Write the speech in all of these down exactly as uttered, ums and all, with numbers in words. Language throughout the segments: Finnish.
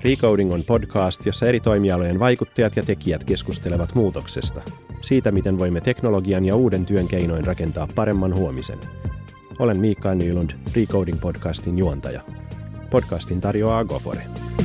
Recoding on podcast, jossa eri toimialojen vaikuttajat ja tekijät keskustelevat muutoksesta. Siitä, miten voimme teknologian ja uuden työn keinoin rakentaa paremman huomisen. Olen Mikael Nylund, Recoding-podcastin juontaja. Podcastin tarjoaa Gofore.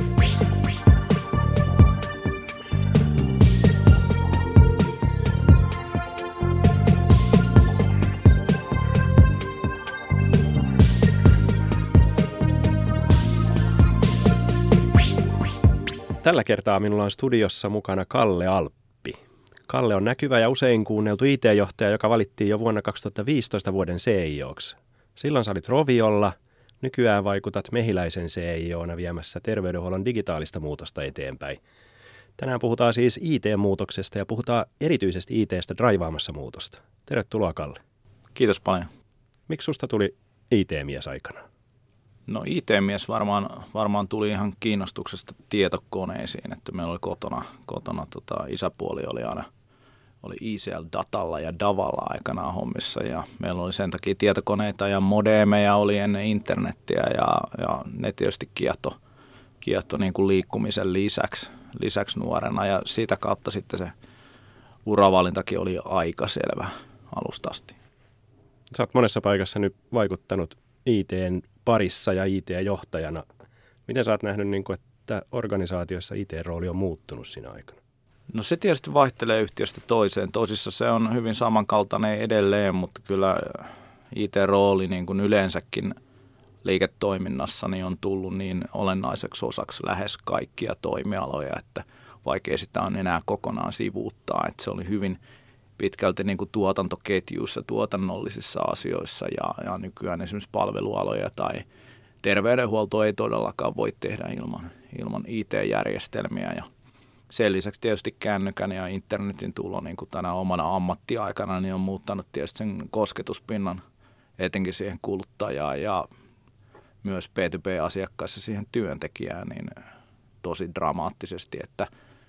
Tällä kertaa minulla on studiossa mukana Kalle Alppi. Kalle on näkyvä ja usein kuunneltu I T-johtaja, joka valittiin jo vuonna kaksituhattaviisitoista vuoden C I O:ksi. Silloin sä olit Roviolla, nykyään vaikutat Mehiläisen C I O:na viemässä terveydenhuollon digitaalista muutosta eteenpäin. Tänään puhutaan siis I T-muutoksesta ja puhutaan erityisesti I T:stä draivaamassa muutosta. Tervetuloa, Kalle. Kiitos paljon. Miksi susta tuli I T-mies aikana? No I T-mies varmaan, varmaan tuli ihan kiinnostuksesta tietokoneisiin, että meillä oli kotona, kotona tota, isäpuoli oli aina oli I C L-datalla ja Davalla aikanaan hommissa ja meillä oli sen takia tietokoneita ja modemeja oli ennen internettiä ja, ja ne tietysti kiehto, kiehto niin kuin liikkumisen lisäksi, lisäksi nuorena ja sitä kautta sitten se uravalintakin oli aika selvä alusta asti. Sä oot monessa paikassa nyt vaikuttanut I T:n parissa ja I T-johtajana. Miten sä oot nähnyt, niin kuin, että organisaatiossa I T-rooli on muuttunut siinä aikana? No se tietysti vaihtelee yhtiöstä toiseen. Toisissa se on hyvin samankaltainen edelleen, mutta kyllä I T-rooli niin kuin yleensäkin liiketoiminnassa niin on tullut niin olennaiseksi osaksi lähes kaikkia toimialoja, että vaikea sitä on enää kokonaan sivuuttaa. Että se oli hyvin pitkälti niin kuin tuotantoketjuissa, tuotannollisissa asioissa ja, ja nykyään esimerkiksi palvelualoja tai terveydenhuoltoa ei todellakaan voi tehdä ilman, ilman I T-järjestelmiä. Ja sen lisäksi tietysti kännykän ja internetin tulo niin kuin tänä omana ammattiaikana niin on muuttanut tietysti sen kosketuspinnan etenkin siihen kuluttajaan ja myös B two B-asiakkaissa siihen työntekijään niin tosi dramaattisesti, että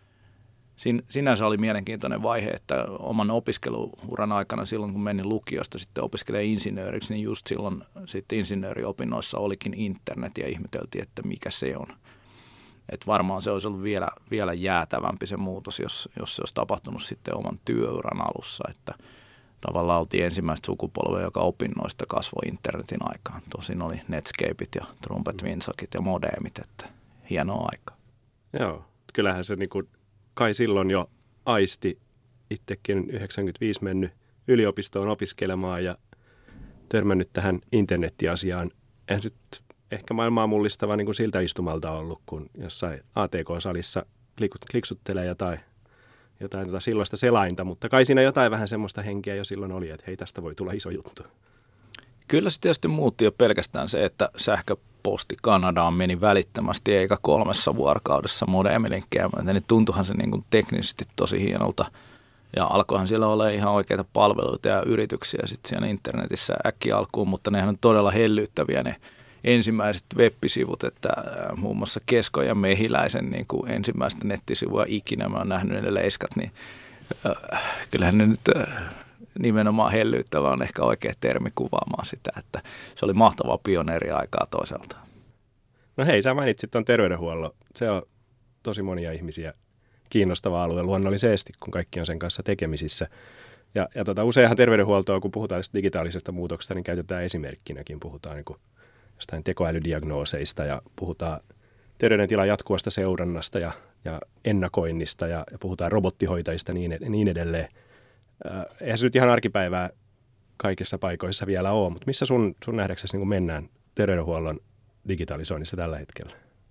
Sin, sinänsä oli mielenkiintoinen vaihe, että oman opiskeluuran aikana silloin, kun menin lukiosta sitten opiskelemaan insinööriksi, niin just silloin sitten insinööriopinnoissa olikin internet ja ihmeteltiin, että mikä se on. Et varmaan se olisi ollut vielä, vielä jäätävämpi se muutos, jos, jos se olisi tapahtunut sitten oman työuran alussa, että tavallaan oltiin ensimmäistä sukupolvea, joka opinnoista kasvoi internetin aikaan. Tosin oli Netscapeit ja Trumpet Windsokit ja modemit, että hienoa aikaa. Joo, kyllähän se niinku kai silloin jo aisti, itsekin yhdeksänkymmentäviisi mennyt yliopistoon opiskelemaan ja törmännyt tähän internettiasiaan. Eihän nyt ehkä maailmaa mullistava niin kuin siltä istumalta ollut, kun jossain A T K-salissa kliksuttelee jotain, jotain tota silloista selainta, mutta kai siinä jotain vähän semmoista henkeä jo silloin oli, että hei, tästä voi tulla iso juttu. Kyllä se tietysti muutti jo pelkästään se, että sähköposti Kanadaan meni välittömästi eikä kolmessa vuorokaudessa modemilinkkiä. Niin tuntuihan se niin kuin teknisesti tosi hienolta ja alkoihan siellä olla ihan oikeita palveluita ja yrityksiä sitten siellä internetissä äkkiä alkuun, mutta nehän on todella hellyyttäviä ne ensimmäiset web-sivut, että muun muassa Kesko ja Mehiläisen niin kuin ensimmäistä nettisivua ikinä mä oon nähnyt ne leiskat, niin äh, kyllähän ne nyt Äh, nimenomaan hellyyttävä on ehkä oikea termi kuvaamaan sitä, että se oli mahtavaa pioneeriaikaa toisaalta. No hei, sä mainitsit tuon terveydenhuollon. Se on tosi monia ihmisiä kiinnostava alue luonnollisesti, kun kaikki on sen kanssa tekemisissä. Ja, ja tota, useinhan terveydenhuoltoa, kun puhutaan tästä digitaalisesta muutoksesta, niin käytetään esimerkkinäkin. Puhutaan niin kuin jostain tekoälydiagnooseista ja puhutaan terveydentilan jatkuvasta seurannasta ja, ja ennakoinnista ja, ja puhutaan robottihoitajista ja niin, niin edelleen. Eihän se nyt ihan arkipäivää kaikissa paikoissa vielä ole, mutta missä sun, sun nähdäksesi niin mennään terveydenhuollon digitalisoinnissa tällä hetkellä?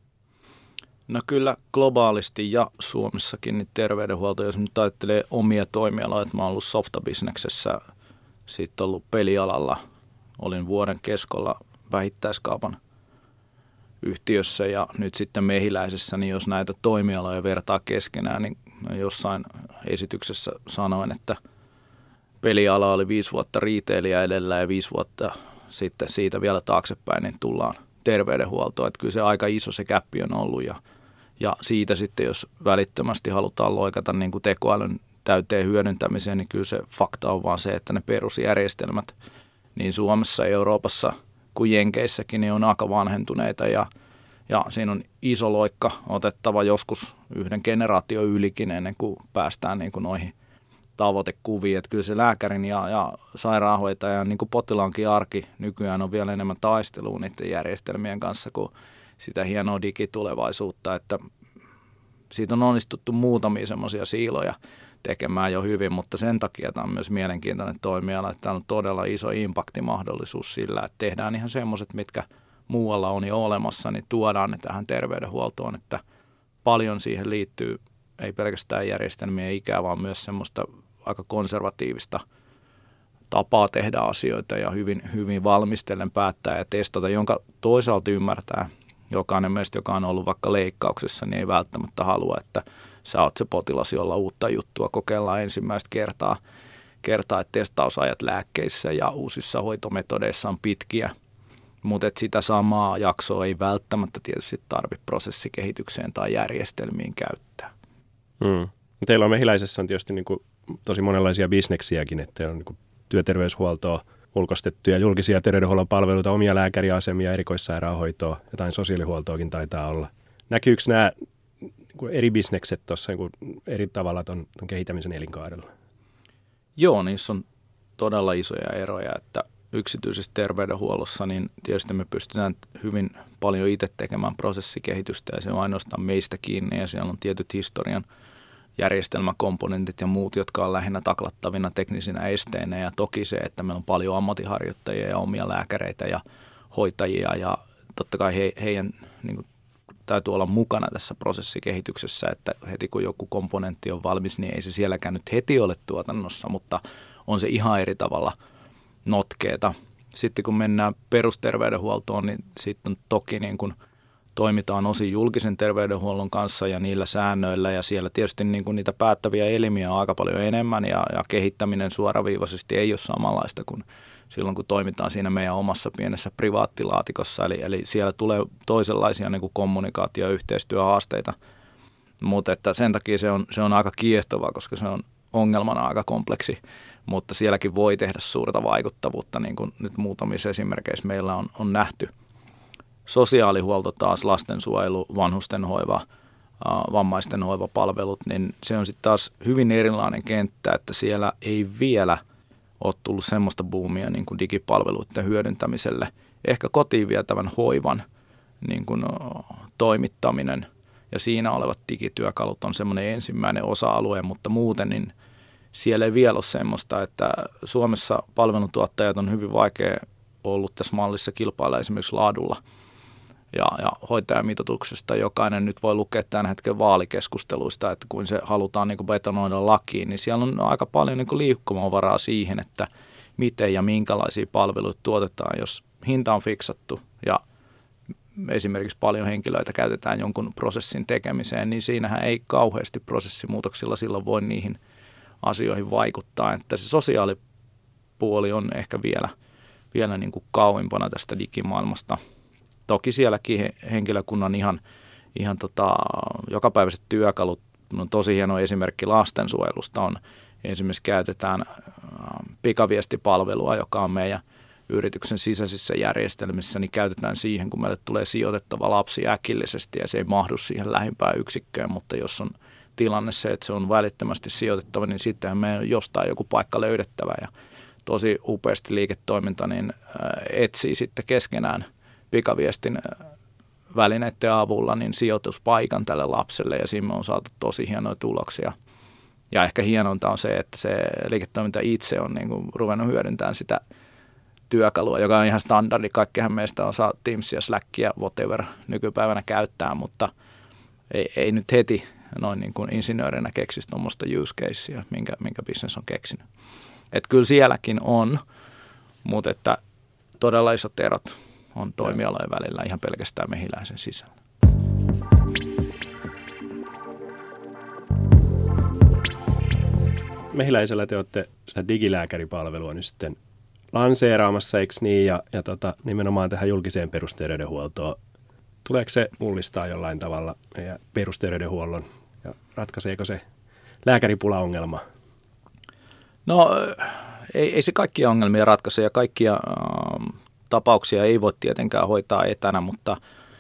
No kyllä globaalisti ja Suomessakin niin terveydenhuolto, jos nyt ajattelee omia toimialoja, että mä oon ollut softabisneksessä, sitten ollut pelialalla, olin vuoden keskolla vähittäiskaupan yhtiössä ja nyt sitten Mehiläisessä, niin jos näitä toimialoja vertaa keskenään, niin jossain esityksessä sanoin, että peliala oli viisi vuotta retailia edellä ja viisi vuotta sitten siitä vielä taaksepäin, niin tullaan terveydenhuoltoon. Että kyllä se aika iso se käppi on ollut ja, ja siitä sitten, jos välittömästi halutaan loikata niin kuin tekoälyn täyteen hyödyntämiseen, niin kyllä se fakta on vaan se, että ne perusjärjestelmät niin Suomessa, Euroopassa kuin Jenkeissäkin niin on aika vanhentuneita ja Ja siinä on iso loikka otettava joskus yhden generaation ylikin ennen kuin päästään niin kuin noihin tavoitekuviin. Että kyllä se lääkärin ja, ja sairaanhoitajan niin kuin potilaankin arki nykyään on vielä enemmän taistelua niiden järjestelmien kanssa kuin sitä hienoa digitulevaisuutta, että siitä on onnistuttu muutamia semmoisia siiloja tekemään jo hyvin, mutta sen takia tämä on myös mielenkiintoinen toimiala, että täällä on todella iso impaktimahdollisuus sillä, että tehdään ihan semmoiset, mitkä muualla on jo olemassa, niin tuodaan ne tähän terveydenhuoltoon, että paljon siihen liittyy, ei pelkästään järjestelmien ikää, vaan myös semmoista aika konservatiivista tapaa tehdä asioita ja hyvin, hyvin valmistellen päättää ja testata, jonka toisaalta ymmärtää jokainen meistä, joka on ollut vaikka leikkauksessa, niin ei välttämättä halua, että sä oot se potilas, jolla uutta juttua kokeillaan ensimmäistä kertaa, kertaa että testausajat lääkkeissä ja uusissa hoitometodeissa on pitkiä, mutta sitä samaa jaksoa ei välttämättä tietysti tarvitse prosessikehitykseen tai järjestelmiin käyttää. Hmm. Teillä on Mehiläisessä on tietysti niin kuin tosi monenlaisia bisneksiäkin, että on niin kuin työterveyshuoltoa, ulkoistettuja julkisia terveydenhuollon palveluita, omia lääkäriasemia, erikoissairaanhoitoa, jotain sosiaalihuoltoakin taitaa olla. Näkyykö nämä niin eri bisnekset tuossa niin eri tavalla ton, ton kehittämisen elinkaarella? Joo, niissä on todella isoja eroja, että yksityisessä terveydenhuollossa niin tietysti me pystytään hyvin paljon itse tekemään prosessikehitystä ja se on ainoastaan meistä kiinni ja siellä on tietyt historian järjestelmäkomponentit ja muut, jotka on lähinnä taklattavina teknisinä esteinä ja toki se, että meillä on paljon ammattiharjoittajia ja omia lääkäreitä ja hoitajia ja totta kai he, heidän niin kuin, täytyy olla mukana tässä prosessikehityksessä, että heti kun joku komponentti on valmis, niin ei se sielläkään nyt heti ole tuotannossa, mutta on se ihan eri tavalla notkeeta. Sitten kun mennään perusterveydenhuoltoon, niin sitten on toki niin kuin toimitaan osin julkisen terveydenhuollon kanssa ja niillä säännöillä ja siellä tietysti niin kuin niitä päättäviä elimiä on aika paljon enemmän ja, ja kehittäminen suoraviivaisesti ei ole samanlaista kuin silloin, kun toimitaan siinä meidän omassa pienessä privaattilaatikossa. Eli, eli siellä tulee toisenlaisia niin kuin kommunikaatio- ja yhteistyöhaasteita, mutta että sen takia se on, se on aika kiehtovaa, koska se on ongelmana aika kompleksi, mutta sielläkin voi tehdä suurta vaikuttavuutta, niin kuin nyt muutamissa esimerkkeissä meillä on, on nähty. Sosiaalihuolto taas, lastensuojelu, vanhustenhoiva, vammaisten hoivapalvelut, niin se on sitten taas hyvin erilainen kenttä, että siellä ei vielä ole tullut semmoista boomia niin kuin digipalveluiden hyödyntämiselle. Ehkä kotiin vietävän hoivan niin kuin, toimittaminen ja siinä olevat digityökalut on semmoinen ensimmäinen osa-alue, mutta muuten niin siellä ei vielä ole semmoista, että Suomessa palveluntuottajat on hyvin vaikea ollut tässä mallissa kilpailla esimerkiksi laadulla ja, ja hoitajamitoituksesta. Jokainen nyt voi lukea tämän hetken vaalikeskusteluista, että kun se halutaan niin kuin betonoida lakiin, niin siellä on aika paljon niin kuin liikkumavaraa siihen, että miten ja minkälaisia palveluita tuotetaan, jos hinta on fiksattu ja esimerkiksi paljon henkilöitä käytetään jonkun prosessin tekemiseen, niin siinähän ei kauheasti prosessimuutoksilla silloin voi niihin asioihin vaikuttaa, että se sosiaalipuoli on ehkä vielä, vielä niin kuin kauimpana tästä digimaailmasta. Toki sielläkin henkilökunnan ihan, ihan tota, jokapäiväiset työkalut, no tosi hieno esimerkki lastensuojelusta on, esimerkiksi käytetään pikaviestipalvelua, joka on meidän yrityksen sisäisissä järjestelmissä, niin käytetään siihen, kun meille tulee sijoitettava lapsi äkillisesti ja se ei mahdu siihen lähimpään yksikköön, mutta jos on tilanne se, että se on välittömästi sijoitettava, niin sittenhän meidän on jostain joku paikka löydettävä ja tosi upeasti liiketoiminta niin etsii sitten keskenään pikaviestin välineiden avulla niin sijoituspaikan tälle lapselle ja siinä on saatu tosi hienoja tuloksia. Ja ehkä hienointa on se, että se liiketoiminta itse on niin kuin ruvennut hyödyntämään sitä työkalua, joka on ihan standardi. Kaikkihan meistä osaa Teamsia, Slackia, whatever nykypäivänä käyttää, mutta ei, ei nyt heti noin niin kuin insinöörinä keksisi tuommoista use casea, minkä, minkä business on keksinyt. Että kyllä sielläkin on, mutta että todella isot erot on toimialojen välillä ihan pelkästään Mehiläisen sisällä. Mehiläisellä te olette sitä digilääkäripalvelua nyt sitten lanseeraamassa, eikö niin, ja, ja tota, nimenomaan tähän julkiseen perusterveydenhuoltoon. Tuleeko se mullistaa jollain tavalla meidän perusterveydenhuollon ja ratkaiseeko se lääkäripula-ongelma? No ei, ei se kaikkia ongelmia ratkaise ja kaikkia äh, tapauksia ei voi tietenkään hoitaa etänä, mutta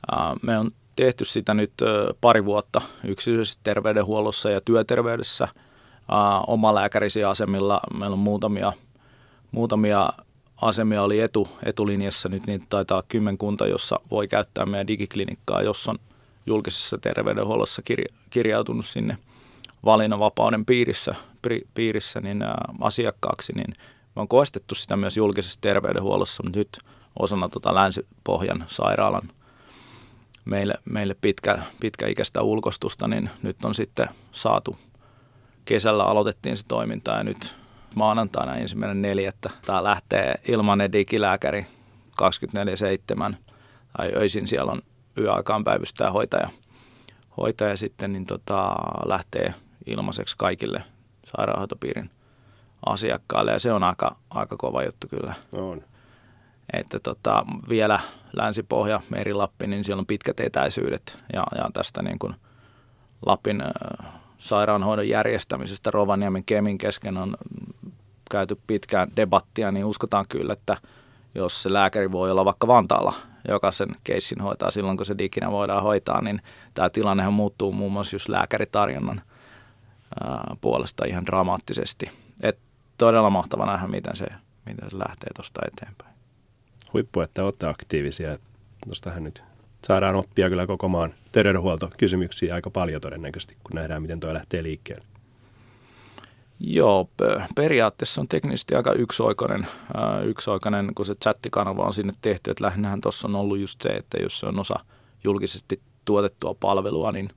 Me on tehty sitä nyt pari vuotta yksityisessä terveydenhuollossa ja työterveydessä omalääkärisiä asemilla. Meillä on muutamia, muutamia asemia oli etu, etulinjassa, nyt niitä taitaa olla kymmenkunta, jossa voi käyttää meidän digiklinikkaa, jos on julkisessa terveydenhuollossa kirja, kirjautunut sinne valinnanvapauden piirissä, piirissä niin ä, asiakkaaksi, niin me on koestettu sitä myös julkisessa terveydenhuollossa, mutta nyt osana tuota Länsi-Pohjan sairaalan meille, meille pitkä, pitkäikäistä ulkostusta, niin nyt on sitten saatu, kesällä aloitettiin se toiminta ja nyt maanantaina ensimmäinen neljättä. Tämä lähtee ilmainen digilääkäri kaksikymmentäneljä seitsemän tai öisin siellä on yöaikaan päivystää hoitaja. Hoitaja sitten niin tota, lähtee ilmaiseksi kaikille sairaanhoitopiirin asiakkaille ja se on aika, aika kova juttu kyllä. On. Että tota, vielä Länsi-Pohja, Meri-Lappi, niin siellä on pitkät etäisyydet ja, ja tästä niin kuin Lapin äh, sairaanhoidon järjestämisestä Rovaniemen Kemin kesken on käyty pitkään debattia, niin uskotaan kyllä, että jos se lääkäri voi olla vaikka Vantaalla, joka sen keissin hoitaa silloin, kun se diginä voidaan hoitaa, niin tämä tilannehan muuttuu muun muassa just lääkäritarjonnan ää, puolesta ihan dramaattisesti. Et todella mahtava nähdä, miten se, miten se lähtee tuosta eteenpäin. Huippu, että olette aktiivisia. Tuostahan nyt saadaan oppia kyllä koko maan terveydenhuoltokysymyksiä aika paljon todennäköisesti, kun nähdään, miten tuo lähtee liikkeelle. Joo, periaatteessa on teknisesti aika yksioikoinen, äh, yksioikoinen, kun se chattikanava on sinne tehty, että lähinnähän tuossa on ollut just se, että jos se on osa julkisesti tuotettua palvelua, niin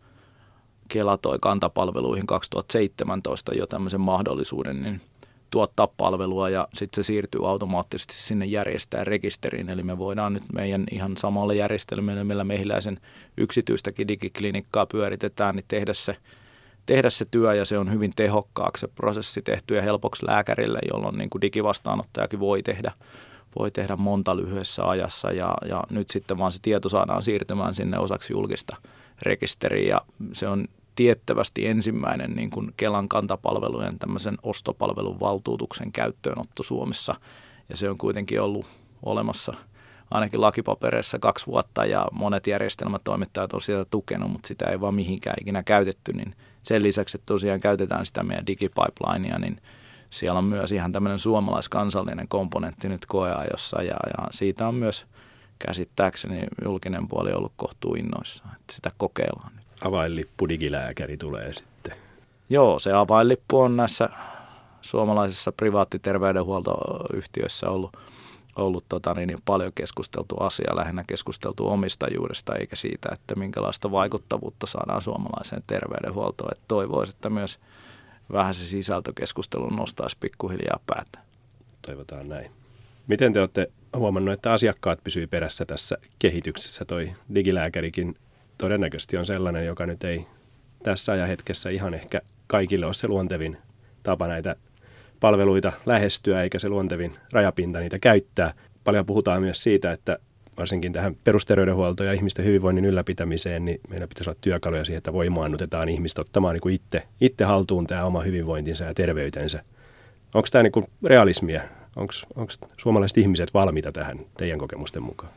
Kela toi kantapalveluihin kaksituhattaseitsemäntoista jo tämmöisen mahdollisuuden niin tuottaa palvelua ja sitten se siirtyy automaattisesti sinne järjestää rekisteriin, eli me voidaan nyt meidän ihan samalla järjestelmällä, millä Mehiläisen yksityistäkin digiklinikkaa pyöritetään, niin tehdä se tehdä se työ ja se on hyvin tehokkaaksi se prosessi tehty ja helpoksi lääkärille, jolloin niin kuin digivastaanottajakin voi tehdä, voi tehdä monta lyhyessä ajassa ja, ja nyt sitten vaan se tieto saadaan siirtymään sinne osaksi julkista rekisteriä ja se on tiettävästi ensimmäinen niin kuin Kelan kantapalvelujen tämmöisen ostopalvelun valtuutuksen käyttöönotto Suomessa ja se on kuitenkin ollut olemassa ainakin lakipapereissa kaksi vuotta ja monet järjestelmätoimittajat on sitä tukenut, mutta sitä ei vaan mihinkään ikinä käytetty, niin sen lisäksi, että tosiaan käytetään sitä meidän digipipelinea, niin siellä on myös ihan tämmöinen suomalaiskansallinen komponentti nyt koeajossa ja, ja siitä on myös käsittääkseni julkinen puoli ollut kohtuu innoissaan, että sitä kokeillaan nyt. Avainlippu digilääkäri tulee sitten. Joo, se avainlippu on näissä suomalaisissa privaattiterveydenhuoltoyhtiöissä ollut ollut tota, niin, paljon keskusteltu asia, lähinnä keskusteltu omistajuudesta eikä siitä, että minkälaista vaikuttavuutta saadaan suomalaiseen terveydenhuoltoon. Et toivoisi, että myös vähän se sisältökeskustelu nostaisi pikkuhiljaa päätä. Toivotaan näin. Miten te olette huomannut, että asiakkaat pysyy perässä tässä kehityksessä? Toi digilääkärikin todennäköisesti on sellainen, joka nyt ei tässä ajanhetkessä ihan ehkä kaikille ole se luontevin tapa näitä palveluita lähestyä, eikä se luontevin rajapinta niitä käyttää. Paljon puhutaan myös siitä, että varsinkin tähän perusterveydenhuoltoon ja ihmisten hyvinvoinnin ylläpitämiseen, niin meillä pitäisi olla työkaluja siihen, että voimaannutetaan ihmistä ottamaan niin kuin itse, itse haltuun tämä oma hyvinvointinsa ja terveytensä. Onko tämä niin kuin realismia? Onko, onko suomalaiset ihmiset valmiita tähän teidän kokemusten mukaan?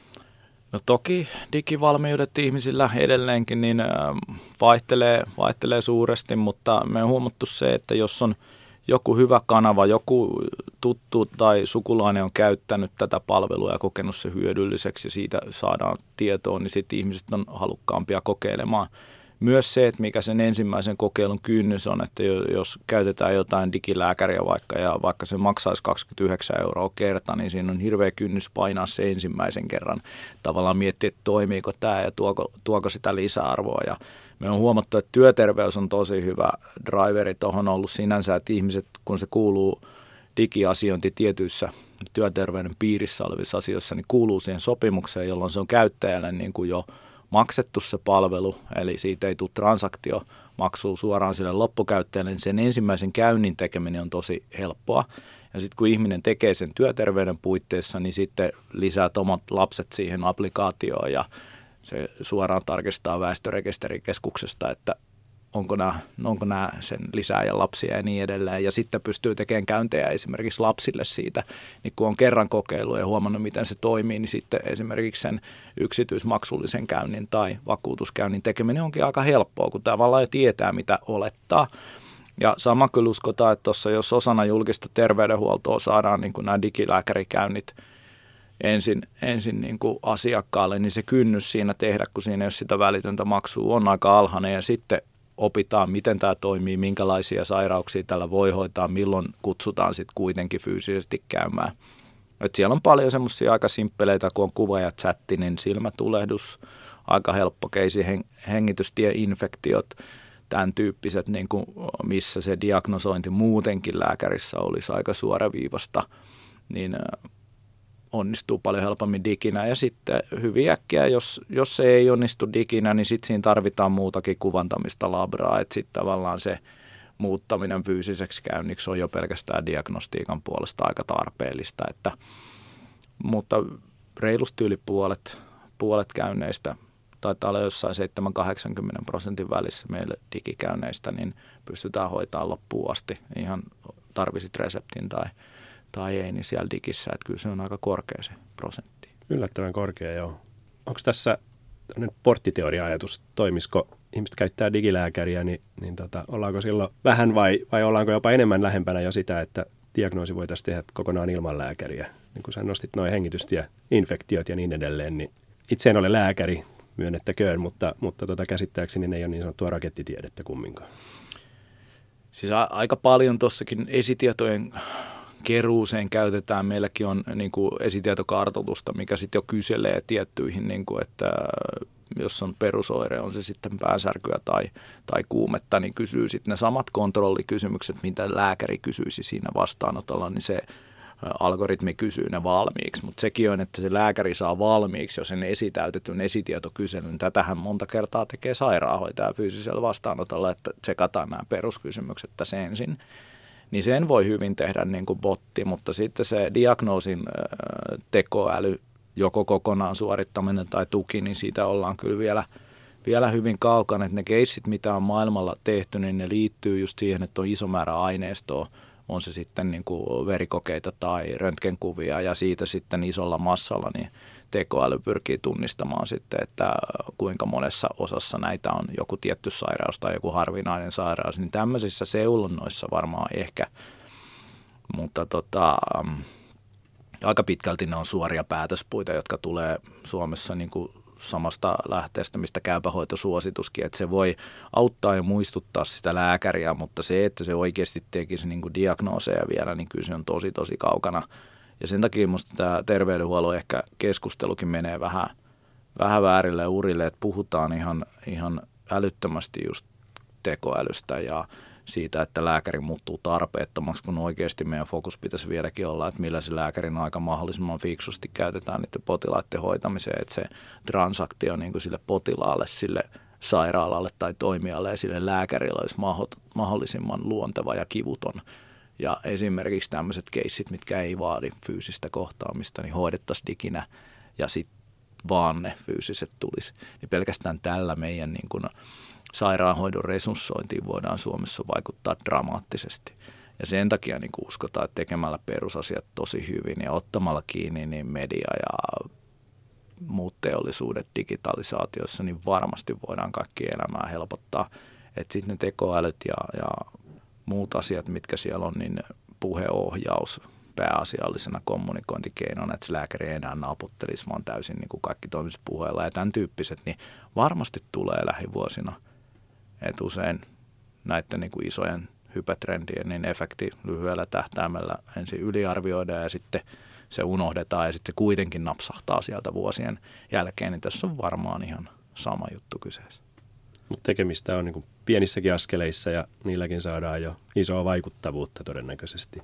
No toki digivalmiudet ihmisillä edelleenkin niin vaihtelee, vaihtelee suuresti, mutta me on huomattu se, että jos on joku hyvä kanava, joku tuttu tai sukulainen on käyttänyt tätä palvelua ja kokenut se hyödylliseksi ja siitä saadaan tietoa, niin sitten ihmiset on halukkaampia kokeilemaan. Myös se, että mikä sen ensimmäisen kokeilun kynnys on, että jos käytetään jotain digilääkäriä vaikka ja vaikka se maksaisi kaksikymmentäyhdeksän euroa kerta, niin siinä on hirveä kynnys painaa se ensimmäisen kerran. Tavallaan miettiä, että toimiiko tämä ja tuoko, tuoko sitä lisäarvoa ja me on huomattu, että työterveys on tosi hyvä driveri tuohon ollut sinänsä, että ihmiset, kun se kuuluu digiasiointi tietyissä työterveyden piirissä olevissa asioissa, niin kuuluu siihen sopimukseen, jolloin se on käyttäjälle niin kuin jo maksettu se palvelu, eli siitä ei tule transaktiomaksua suoraan sille loppukäyttäjälle, niin sen ensimmäisen käynnin tekeminen on tosi helppoa. Ja sitten kun ihminen tekee sen työterveyden puitteissa, niin sitten lisää omat lapset siihen applikaatioon ja se suoraan tarkistaa väestörekisterikeskuksesta, että onko nämä, onko nämä sen lisääjän lapsia ja niin edelleen. Ja sitten pystyy tekemään käyntejä esimerkiksi lapsille siitä, niin kun on kerran kokeillut ja huomannut, miten se toimii, niin sitten esimerkiksi sen yksityismaksullisen käynnin tai vakuutuskäynnin tekeminen onkin aika helppoa, kun tavallaan jo tietää, mitä olettaa. Ja sama kyllä uskotaan, että tuossa jos osana julkista terveydenhuoltoa saadaan niin kuin nämä digilääkärikäynnit ensin, ensin niin kuin asiakkaalle, niin se kynnys siinä tehdä, kun siinä jos sitä välitöntä maksua on aika alhainen ja sitten opitaan, miten tämä toimii, minkälaisia sairauksia tällä voi hoitaa, milloin kutsutaan sitten kuitenkin fyysisesti käymään. Et siellä on paljon semmoisia aika simppeleitä, kun on kuva ja chatti, niin silmätulehdus, aika helppo keisi, hengitystieinfektiot, tämän tyyppiset, niin kuin missä se diagnosointi muutenkin lääkärissä olisi aika suoraviivasta, niin onnistuu paljon helpommin diginä. Ja sitten hyvin äkkiä, jos, jos se ei onnistu diginä, niin sitten siinä tarvitaan muutakin kuvantamista labraa, että sitten tavallaan se muuttaminen fyysiseksi käynniksi on jo pelkästään diagnostiikan puolesta aika tarpeellista. Että, mutta reilusti yli puolet, puolet käynneistä, taitaa olla jossain seitsemän kahdeksankymmentä prosentin välissä meille digikäynneistä, niin pystytään hoitamaan loppuun asti. Ihan tarvisit reseptin tai tai ei, niin siellä digissä, että kyllä se on aika korkea se prosentti. Yllättävän korkea, joo. Onko tässä tämmöinen porttiteoria-ajatus, toimisiko ihmiset käyttää digilääkäriä, niin, niin tota, ollaanko silloin vähän vai, vai ollaanko jopa enemmän lähempänä jo sitä, että diagnoosi voitaisiin tehdä kokonaan ilman lääkäriä? Niin kun sä nostit noin hengitystiä, infektiot ja niin edelleen, niin itse en ole lääkäri, myönnettäköön, mutta, mutta tota, käsittääkseni ne ei ole niin sanottua rakettitiedettä kumminkaan. Siis a- aika paljon tuossakin esitietojen keruuseen käytetään. Meilläkin on niin kuin esitietokartoitusta, mikä sitten jo kyselee tiettyihin, niin kuin, että jos on perusoire, on se sitten päänsärkyä tai, tai kuumetta, niin kysyy sitten ne samat kontrollikysymykset, mitä lääkäri kysyisi siinä vastaanotolla, niin se algoritmi kysyy ne valmiiksi. Mutta sekin on, että se lääkäri saa valmiiksi jo sen esitäytetyn esitietokyselyn. Tätähän monta kertaa tekee sairaanhoitaja fyysisellä vastaanotolla, että tsekataan nämä peruskysymykset tässä ensin. Niin sen voi hyvin tehdä niin kuin botti, mutta sitten se diagnoosin äh, tekoäly, joko kokonaan suorittaminen tai tuki, niin siitä ollaan kyllä vielä, vielä hyvin kaukana. Että ne keissit, mitä on maailmalla tehty, niin ne liittyy just siihen, että on iso määrä aineistoa, on se sitten niin kuin verikokeita tai röntgenkuvia ja siitä sitten isolla massalla, niin tekoäly pyrkii tunnistamaan sitten, että kuinka monessa osassa näitä on joku tietty sairaus tai joku harvinainen sairaus, niin tämmöisissä seulonnoissa varmaan ehkä, mutta tota, aika pitkälti ne on suoria päätöspuita, jotka tulee Suomessa niin kuin samasta lähteestä, mistä käypähoitosuosituskin, että se voi auttaa ja muistuttaa sitä lääkäriä, mutta se, että se oikeasti tekisi niin kuin diagnooseja vielä, niin kyllä se on tosi tosi kaukana. Ja sen takia minusta tämä terveydenhuollon ehkä keskustelukin menee vähän, vähän väärille urille, että puhutaan ihan, ihan älyttömästi just tekoälystä ja siitä, että lääkäri muuttuu tarpeettomaksi, kun oikeasti meidän fokus pitäisi vieläkin olla, että millä se lääkärin aika mahdollisimman fiksusti käytetään niiden potilaiden hoitamiseen, että se transaktio niin kuin sille potilaalle, sille sairaalalle tai toimijalle ja sille lääkärille olisi mahdollisimman luonteva ja kivuton. Ja esimerkiksi tämmöiset keissit, mitkä ei vaadi fyysistä kohtaamista, niin hoidettaisiin diginä ja sitten vaan ne fyysiset tulisi. Niin pelkästään tällä meidän niin kuin sairaanhoidon resurssointiin voidaan Suomessa vaikuttaa dramaattisesti. Ja sen takia niin kuin uskotaan, että tekemällä perusasiat tosi hyvin ja ottamalla kiinni niin media ja muut teollisuudet digitalisaatiossa, niin varmasti voidaan kaikki elämää helpottaa. Että sitten ne tekoälyt ja, ja muut asiat, mitkä siellä on, niin puheohjaus pääasiallisena kommunikointikeinona, että se lääkäri ei enää naputtelisi, vaan täysin niin kuin kaikki toimisi puheella ja tämän tyyppiset, niin varmasti tulee lähivuosina. Että usein näiden niin kuin isojen hypetrendien niin efekti lyhyellä tähtäimellä ensin yliarvioidaan ja sitten se unohdetaan ja sitten se kuitenkin napsahtaa sieltä vuosien jälkeen, niin tässä on varmaan ihan sama juttu kyseessä. Mutta tekemistä on niin kuin pienissäkin askeleissa ja niilläkin saadaan jo isoa vaikuttavuutta todennäköisesti.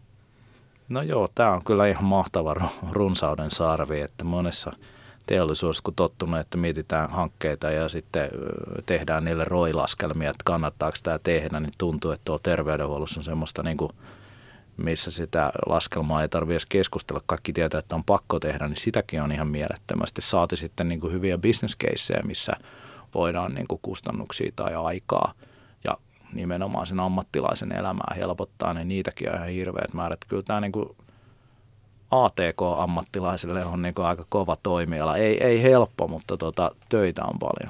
No joo, tämä on kyllä ihan mahtava runsauden sarvi, että monessa teollisuudessa kun tottunut, että mietitään hankkeita ja sitten tehdään niille roilaskelmia, että kannattaako tämä tehdä, niin tuntuu, että tuo terveydenhuollossa on semmoista, niin kuin, missä sitä laskelmaa ei tarvitse edes keskustella. Kaikki tietää, että on pakko tehdä, niin sitäkin on ihan mielettömästi. Saati sitten niin kuin hyviä business caseja, missä voidaan niin kuin kustannuksia tai aikaa ja nimenomaan sen ammattilaisen elämää helpottaa, niin niitäkin on ihan hirveät määrät. Kyllä tämä niin kuin A T K-ammattilaiselle on niin kuin aika kova toimiala. Ei, ei helppo, mutta tota, töitä on paljon.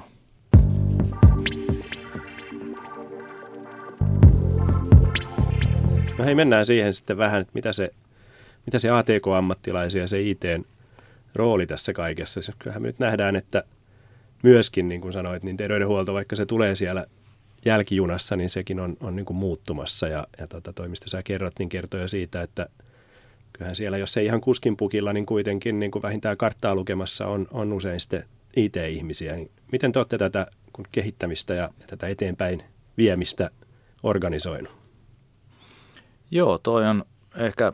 No hei, mennään siihen sitten vähän, että mitä se, mitä se A T K-ammattilaisia ja se I T:n rooli tässä kaikessa. Kyllähän me nyt nähdään, että myöskin, niin kuin sanoit, niin terveydenhuolto, vaikka se tulee siellä jälkijunassa, niin sekin on, on niin kuin muuttumassa. Ja, ja tota, toi, mistä sä kerrot, niin kertoo jo siitä, että kyllähän siellä, jos ei ihan kuskin pukilla, niin kuitenkin niin kuin vähintään karttaa lukemassa on, on usein sitten I T-ihmisiä. Niin miten te olette tätä kun kehittämistä ja, ja tätä eteenpäin viemistä organisoinut? Joo, toi on ehkä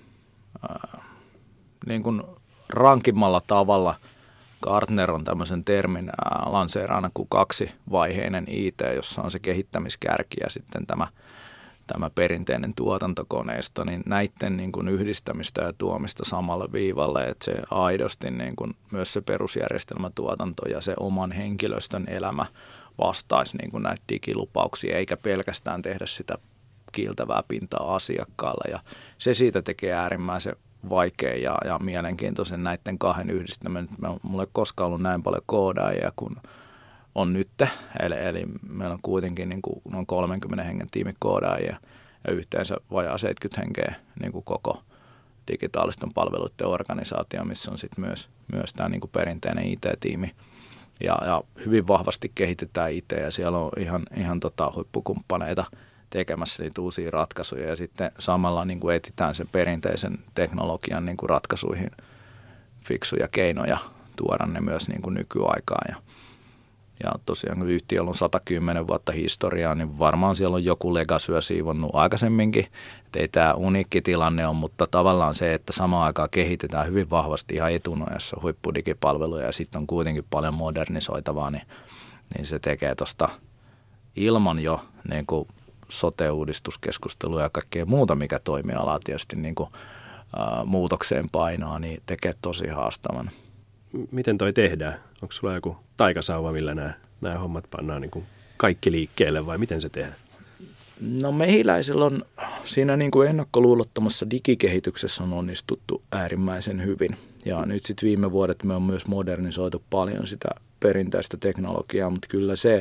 äh, niin kuin rankimmalla tavalla Gartner on tämmöisen termin äh, lanseeraana kuin kaksivaiheinen I T, jossa on se kehittämiskärki ja sitten tämä, tämä perinteinen tuotantokoneisto, niin näiden niin kuin yhdistämistä ja tuomista samalle viivalle, että se aidosti niin kuin myös se perusjärjestelmätuotanto ja se oman henkilöstön elämä vastaisi niin kuin näitä digilupauksia, eikä pelkästään tehdä sitä kiiltävää pintaa asiakkaalle, ja se siitä tekee äärimmäisen vaikea ja, ja mielenkiintoisen näiden kahden yhdistäminen. Mulla ei koskaan ollut näin paljon koodaajia kuin on nyt, eli, eli meillä on kuitenkin niin kuin noin kolmenkymmenen hengen tiimi koodaajia ja yhteensä vajaa seitsemänkymmentä henkeä niin kuin koko digitaalisten palveluiden organisaatio, missä on sitten myös, myös tämä niin kuin perinteinen I T-tiimi. Ja, ja hyvin vahvasti kehitetään I T ja siellä on ihan, ihan tota huippukumppaneita tekemässä niitä uusia ratkaisuja ja sitten samalla niin kuin etsitään sen perinteisen teknologian niin kuin ratkaisuihin fiksuja keinoja tuoda ne myös niin kuin nykyaikaan. Ja, ja tosiaan kun yhtiöllä on sata kymmenen vuotta historiaa, niin varmaan siellä on joku legacyä siivonnut aikaisemminkin. Et ei tämä uniikki tilanne ole, mutta tavallaan se, että samaan aikaan kehitetään hyvin vahvasti ihan etunojassa huippudigipalveluja ja sitten on kuitenkin paljon modernisoitavaa, niin, niin se tekee tuosta ilman jo niin kuin sote-uudistuskeskustelua ja kaikkea muuta, mikä toimialaa tietysti niin kuin, ä, muutokseen painaa, niin tekee tosi haastavan. Miten toi tehdään? Onko sulla joku taikasauva, millä nämä, nämä hommat pannaan niin kuin kaikki liikkeelle vai miten se tehdään? No mehiläisillä on siinä niin kuin ennakkoluulottomassa digikehityksessä on onnistuttu äärimmäisen hyvin. Ja nyt sitten viime vuodet me on myös modernisoitu paljon sitä perinteistä teknologiaa, mutta kyllä se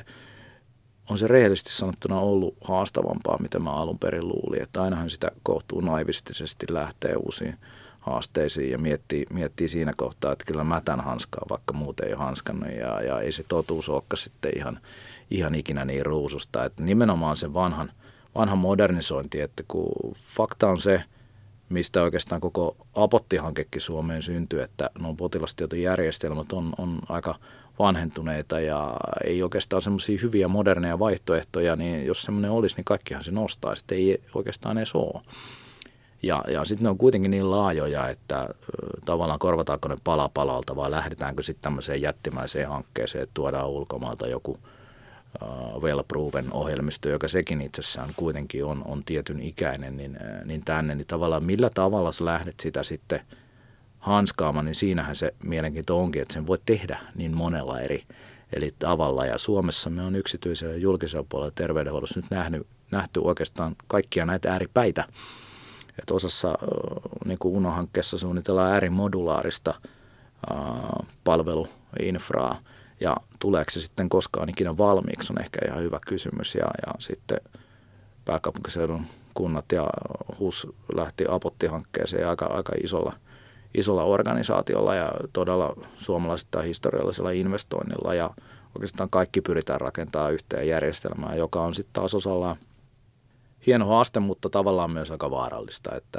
on se rehellisesti sanottuna ollut haastavampaa, mitä mä alun perin luulin. Että ainahan sitä kohtuu naivistisesti lähtee uusiin haasteisiin ja miettii, miettii siinä kohtaa, että kyllä mä tämän hanskaa, vaikka muuten ei ole hanskannut. Ja, ja ei se totuus olekaan sitten ihan, ihan ikinä niin ruususta. Että nimenomaan se vanhan, vanhan modernisointi, että kun fakta on se, mistä oikeastaan koko Apotti-hankekin Suomeen syntyi, että nuo potilastietojärjestelmät on, on aika vanhentuneita ja ei oikeastaan semmoisia hyviä moderneja vaihtoehtoja, niin jos semmoinen olisi, niin kaikkihan se nostaa, sitten ei oikeastaan edes ole. Ja, ja sitten ne on kuitenkin niin laajoja, että äh, tavallaan korvataanko ne pala palalta vai lähdetäänkö sitten tämmöiseen jättimäiseen hankkeeseen, että tuodaan ulkomaalta joku äh, well-proven ohjelmisto, joka sekin itsessään kuitenkin on, on tietyn ikäinen, niin, äh, niin tänne, niin tavallaan millä tavalla sä lähdet sitä sitten hanskaamaan, niin siinähän se mielenkiinto onkin, että sen voi tehdä niin monella eri eli tavalla. Ja Suomessa me on yksityisellä ja julkisella puolella terveydenhuollossa nyt nähnyt, nähty oikeastaan kaikkia näitä ääripäitä. Että osassa niin kuin UNO-hankkeessa suunnitellaan äärimodulaarista ää, palveluinfraa ja tuleeko se sitten koskaan ikinä valmiiksi on ehkä ihan hyvä kysymys. Ja, ja sitten pääkaupunkiseudun kunnat ja H U S lähti Apotti-hankkeeseen aika, aika isolla isolla organisaatiolla ja todella suomalaisella historiallisella investoinnilla ja oikeastaan kaikki pyritään rakentamaan yhteen järjestelmään, joka on sitten taas osallaan hieno haaste, mutta tavallaan myös aika vaarallista, että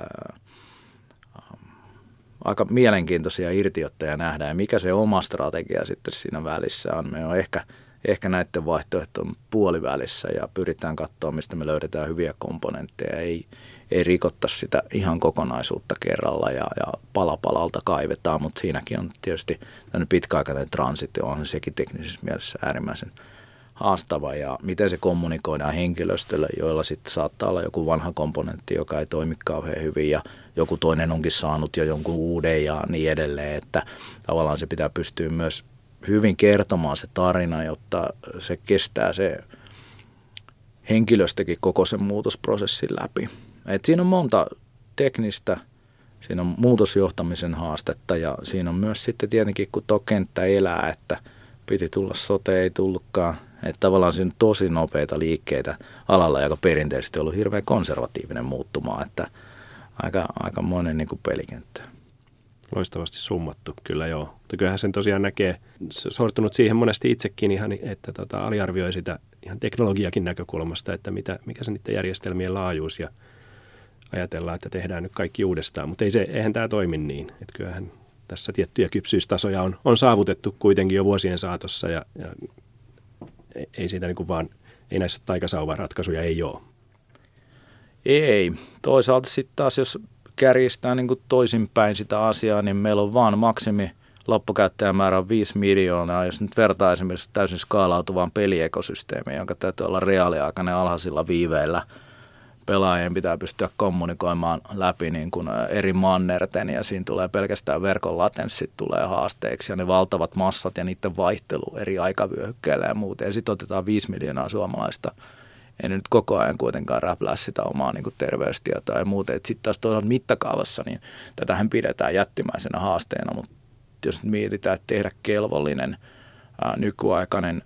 äh, aika mielenkiintoisia irtiotteja nähdään ja mikä se oma strategia sitten siinä välissä on. Me on ehkä, ehkä näiden vaihtoehtojen puolivälissä ja pyritään katsoa, mistä me löydetään hyviä komponentteja, ei ei rikotta sitä ihan kokonaisuutta kerralla ja, ja pala palalta kaivetaan, mutta siinäkin on tietysti tämmöinen pitkäaikainen transitio, on sekin teknisessä mielessä äärimmäisen haastava ja miten se kommunikoidaan henkilöstölle, joilla sitten saattaa olla joku vanha komponentti, joka ei toimi kauhean hyvin ja joku toinen onkin saanut jo jonkun uuden ja niin edelleen, että tavallaan se pitää pystyä myös hyvin kertomaan se tarina, jotta se kestää se henkilöstökin koko sen muutosprosessin läpi. Et siinä on monta teknistä, siinä on muutosjohtamisen haastetta ja siinä on myös sitten tietenkin, kun tuo kenttä elää, että piti tulla sote, ei tullutkaan. Että tavallaan siinä on tosi nopeita liikkeitä alalla, joka perinteisesti on ollut hirveän konservatiivinen muuttumaan, että aika, aika monen niin kuin pelikenttä. Loistavasti summattu, kyllä joo. Mutta kyllähän sen tosiaan näkee, sortunut siihen monesti itsekin ihan, että tota, aliarvioi sitä ihan teknologiakin näkökulmasta, että mitä, mikä se niiden järjestelmien laajuus ja ajatellaan, että tehdään nyt kaikki uudestaan. Mutta ei se, eihän tämä toimi niin. Että kyllähän tässä tiettyjä kypsyystasoja on, on saavutettu kuitenkin jo vuosien saatossa ja, ja ei siitä niin kuin vaan, ei näissä taikasauvan ratkaisuja ei ole. Ei. Toisaalta sitten taas, jos kärjistää niin kuin toisinpäin sitä asiaa, niin meillä on vaan maksimi loppukäyttäjämäärä on viisi miljoonaa. Jos nyt vertaa esimerkiksi täysin skaalautuvaan peliekosysteemiin, jonka täytyy olla reaaliaikainen alhaisilla viiveillä, pelaajien pitää pystyä kommunikoimaan läpi niin kuin eri mannerten ja siinä tulee pelkästään verkon latenssit tulee haasteeksi ja ne valtavat massat ja niiden vaihtelu eri aikavyöhykkeillä ja muuta. Ja sitten otetaan viisi miljoonaa suomalaista. Ei nyt koko ajan kuitenkaan räplää sitä omaa niin kuin terveystietoa ja muuta. Sitten taas toisaalta mittakaavassa, niin tätähän pidetään jättimäisenä haasteena, mutta jos nyt mietitään, että tehdä kelvollinen ää, nykyaikainen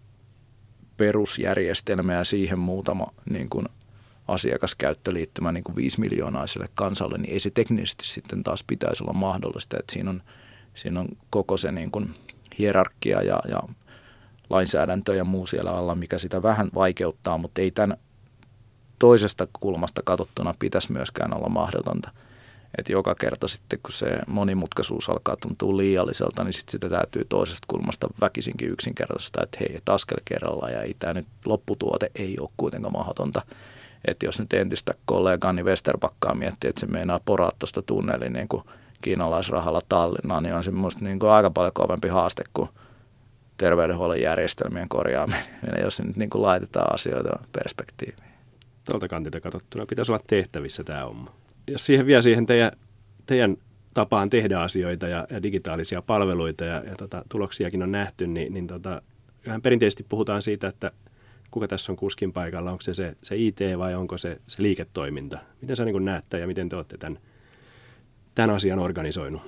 perusjärjestelmä ja siihen muutama niin kuin asiakaskäyttöliittymä niin kuin viisi miljoonaiselle kansalle, niin ei se teknisesti sitten taas pitäisi olla mahdollista. Että siinä, on, siinä on koko se niin kuin hierarkia ja, ja lainsäädäntö ja muu siellä alla, mikä sitä vähän vaikeuttaa, mutta ei tämän toisesta kulmasta katsottuna pitäisi myöskään olla mahdotonta. Että joka kerta sitten, kun se monimutkaisuus alkaa tuntua liialliselta, niin sitten sitä täytyy toisesta kulmasta väkisinkin yksinkertaista, että hei, et askel kerrallaan ja ei tämä nyt lopputuote ei ole kuitenkaan mahdotonta. Että jos nyt entistä kollegani Westerbakkaa miettii, että se meinaa poraa tuosta tunnelin niin kuin kiinalaisrahalla Tallinnaan, niin on se minusta niin kuin aika paljon kovempi haaste kuin terveydenhuollon järjestelmien korjaaminen, jos nyt niin kuin laitetaan asioita perspektiiviin. Tuolta kantilta katsottuna pitäisi olla tehtävissä tämä homma. Jos siihen vielä siihen teidän, teidän tapaan tehdä asioita ja, ja digitaalisia palveluita ja, ja tota, tuloksiakin on nähty, niin, niin tota, ihan perinteisesti puhutaan siitä, että kuka tässä on kuskin paikalla, onko se se, se I T vai onko se, se liiketoiminta? Miten sä niin kuin näette ja miten te olette tämän, tämän asian organisoinut?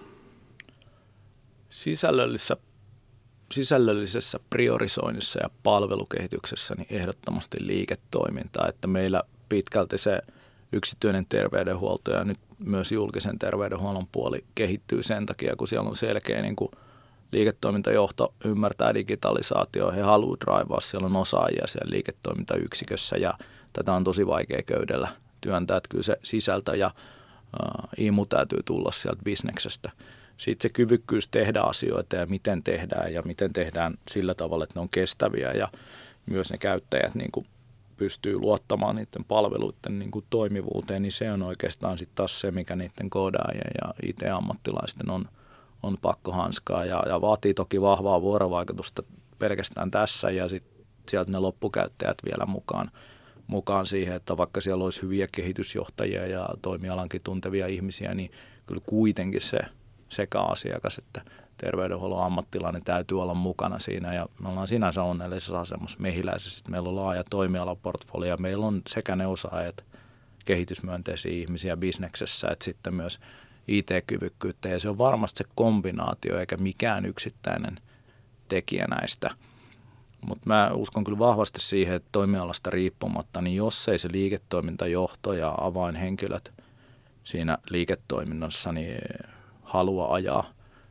Sisällöllisessä, sisällöllisessä priorisoinnissa ja palvelukehityksessä niin ehdottomasti liiketoimintaa, että meillä pitkälti se yksityinen terveydenhuolto ja nyt myös julkisen terveydenhuollon puoli kehittyy sen takia, kun siellä on selkeä niin kuin liiketoimintajohto ymmärtää digitalisaatioa, he haluaa draivaa, siellä on osaajia siellä liiketoimintayksikössä ja tätä on tosi vaikea köydellä työntää, että kyllä se sisältö ja uh, imu täytyy tulla sieltä bisneksestä. Sitten se kyvykkyys tehdä asioita ja miten tehdään ja miten tehdään sillä tavalla, että ne on kestäviä ja myös ne käyttäjät niin kuin pystyy luottamaan niiden palveluiden niin kuin toimivuuteen, niin se on oikeastaan sitten taas se, mikä niiden koodaajien ja I T-ammattilaisten on, on pakko hanskaa ja, ja vaatii toki vahvaa vuorovaikutusta pelkästään tässä ja sitten sieltä ne loppukäyttäjät vielä mukaan, mukaan siihen, että vaikka siellä olisi hyviä kehitysjohtajia ja toimialankin tuntevia ihmisiä, niin kyllä kuitenkin se sekä asiakas että terveydenhuollon ammattilainen täytyy olla mukana siinä ja me ollaan sinänsä onnellisessa asemassa Mehiläisessä. Meillä on laaja toimialaportfolio ja meillä on sekä ne osaajat, kehitysmyönteisiä ihmisiä bisneksessä, että sitten myös I T-kyvykkyyttä ja se on varmasti se kombinaatio eikä mikään yksittäinen tekijä näistä. Mutta mä uskon kyllä vahvasti siihen, että toimialasta riippumatta, niin jos ei se liiketoimintajohto ja avainhenkilöt siinä liiketoiminnassa niin halua ajaa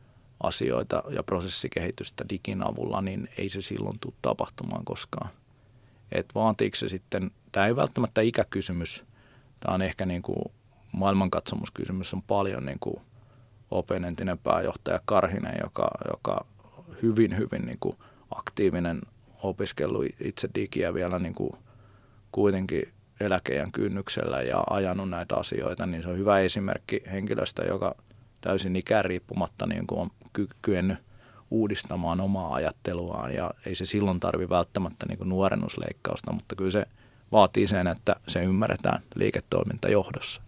asioita ja prosessikehitystä digin avulla, niin ei se silloin tule tapahtumaan koskaan. Et vaatiiko se sitten, tämä ei välttämättä ikäkysymys, tämä on ehkä niin kuin maailmankatsomuskysymys, on paljon niin kuin Open entinen pääjohtaja Karhinen, joka, joka hyvin, hyvin niin kuin aktiivinen opiskellut itse digiä vielä niin kuin kuitenkin eläkeiän kynnyksellä ja ajanut näitä asioita, niin se on hyvä esimerkki henkilöstä, joka täysin ikään riippumatta niin kuin on ky- kyennyt uudistamaan omaa ajatteluaan ja ei se silloin tarvi välttämättä niin kuin nuorennusleikkausta, mutta kyllä se vaatii sen, että se ymmärretään liiketoimintajohdossa.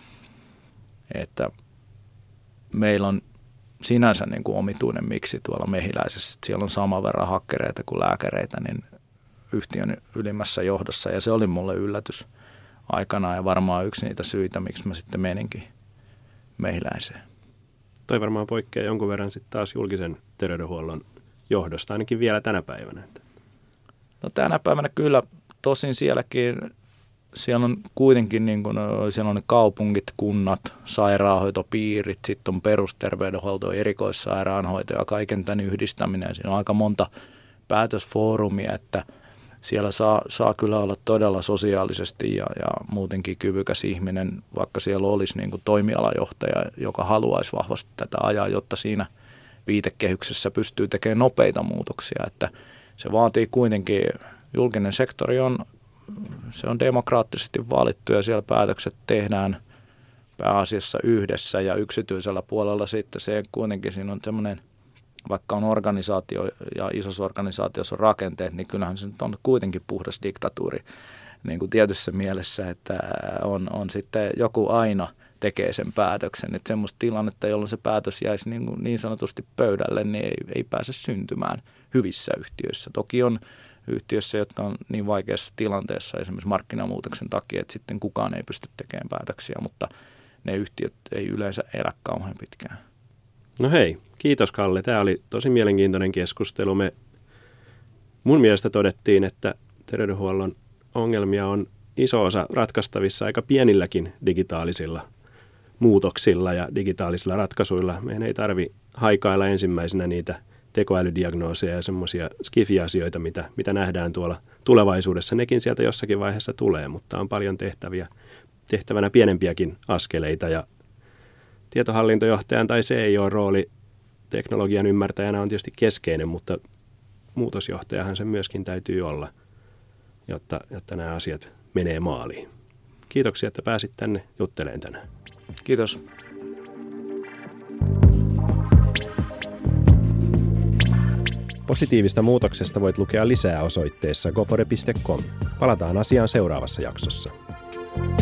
Että meillä on sinänsä niin kuin omituinen miksi tuolla Mehiläisessä, että siellä on saman verran hakkereita kuin lääkäreitä, niin yhtiön ylimmässä johdossa ja se oli mulle yllätys aikanaan ja varmaan yksi niitä syitä, miksi mä sitten meninkin Mehiläiseen. Toi varmaan poikkeaa jonkun verran sitten taas julkisen terveydenhuollon johdosta, ainakin vielä tänä päivänä. No tänä päivänä kyllä, tosin sielläkin, siellä on kuitenkin niin kuin, siellä on ne kaupungit, kunnat, sairaanhoitopiirit, sitten on perusterveydenhuolto, erikoissairaanhoito ja kaiken tämän yhdistäminen. Siinä on aika monta päätösfoorumia, että siellä saa, saa kyllä olla todella sosiaalisesti ja, ja muutenkin kyvykäs ihminen, vaikka siellä olisi niin kuin toimialajohtaja, joka haluaisi vahvasti tätä ajaa, jotta siinä viitekehyksessä pystyy tekemään nopeita muutoksia. Että se vaatii kuitenkin, julkinen sektori on, se on demokraattisesti valittu ja siellä päätökset tehdään pääasiassa yhdessä ja yksityisellä puolella sitten se kuitenkin siinä on semmoinen, vaikka on organisaatio ja isossa organisaatiossa on rakenteet, niin kyllähän se nyt on kuitenkin puhdas diktatuuri niin kuin tietyssä mielessä, että on, on sitten joku aina tekee sen päätöksen. Että semmoista tilannetta, jolloin se päätös jäisi niin, kuin niin sanotusti pöydälle, niin ei, ei pääse syntymään hyvissä yhtiöissä. Toki on yhtiöissä, jotka on niin vaikeassa tilanteessa esimerkiksi markkinamuutoksen takia, että sitten kukaan ei pysty tekemään päätöksiä, mutta ne yhtiöt ei yleensä elä kauhean pitkään. No hei, kiitos Kalle. Tämä oli tosi mielenkiintoinen keskustelu. Me mun mielestä todettiin, että terveydenhuollon ongelmia on iso osa ratkaistavissa aika pienilläkin digitaalisilla muutoksilla ja digitaalisilla ratkaisuilla. Meidän ei tarvitse haikailla ensimmäisenä niitä tekoälydiagnooseja ja semmoisia skifi-asioita, mitä, mitä nähdään tuolla tulevaisuudessa. Nekin sieltä jossakin vaiheessa tulee, mutta on paljon tehtäviä, tehtävänä pienempiäkin askeleita ja tietohallintojohtajan tai C E O-rooli teknologian ymmärtäjänä on tietysti keskeinen, mutta muutosjohtajahan se myöskin täytyy olla, jotta, jotta nämä asiat menee maaliin. Kiitoksia, että pääsit tänne juttelemaan tänään. Kiitos. Positiivista muutoksesta voit lukea lisää osoitteessa gofore piste com. Palataan asiaan seuraavassa jaksossa.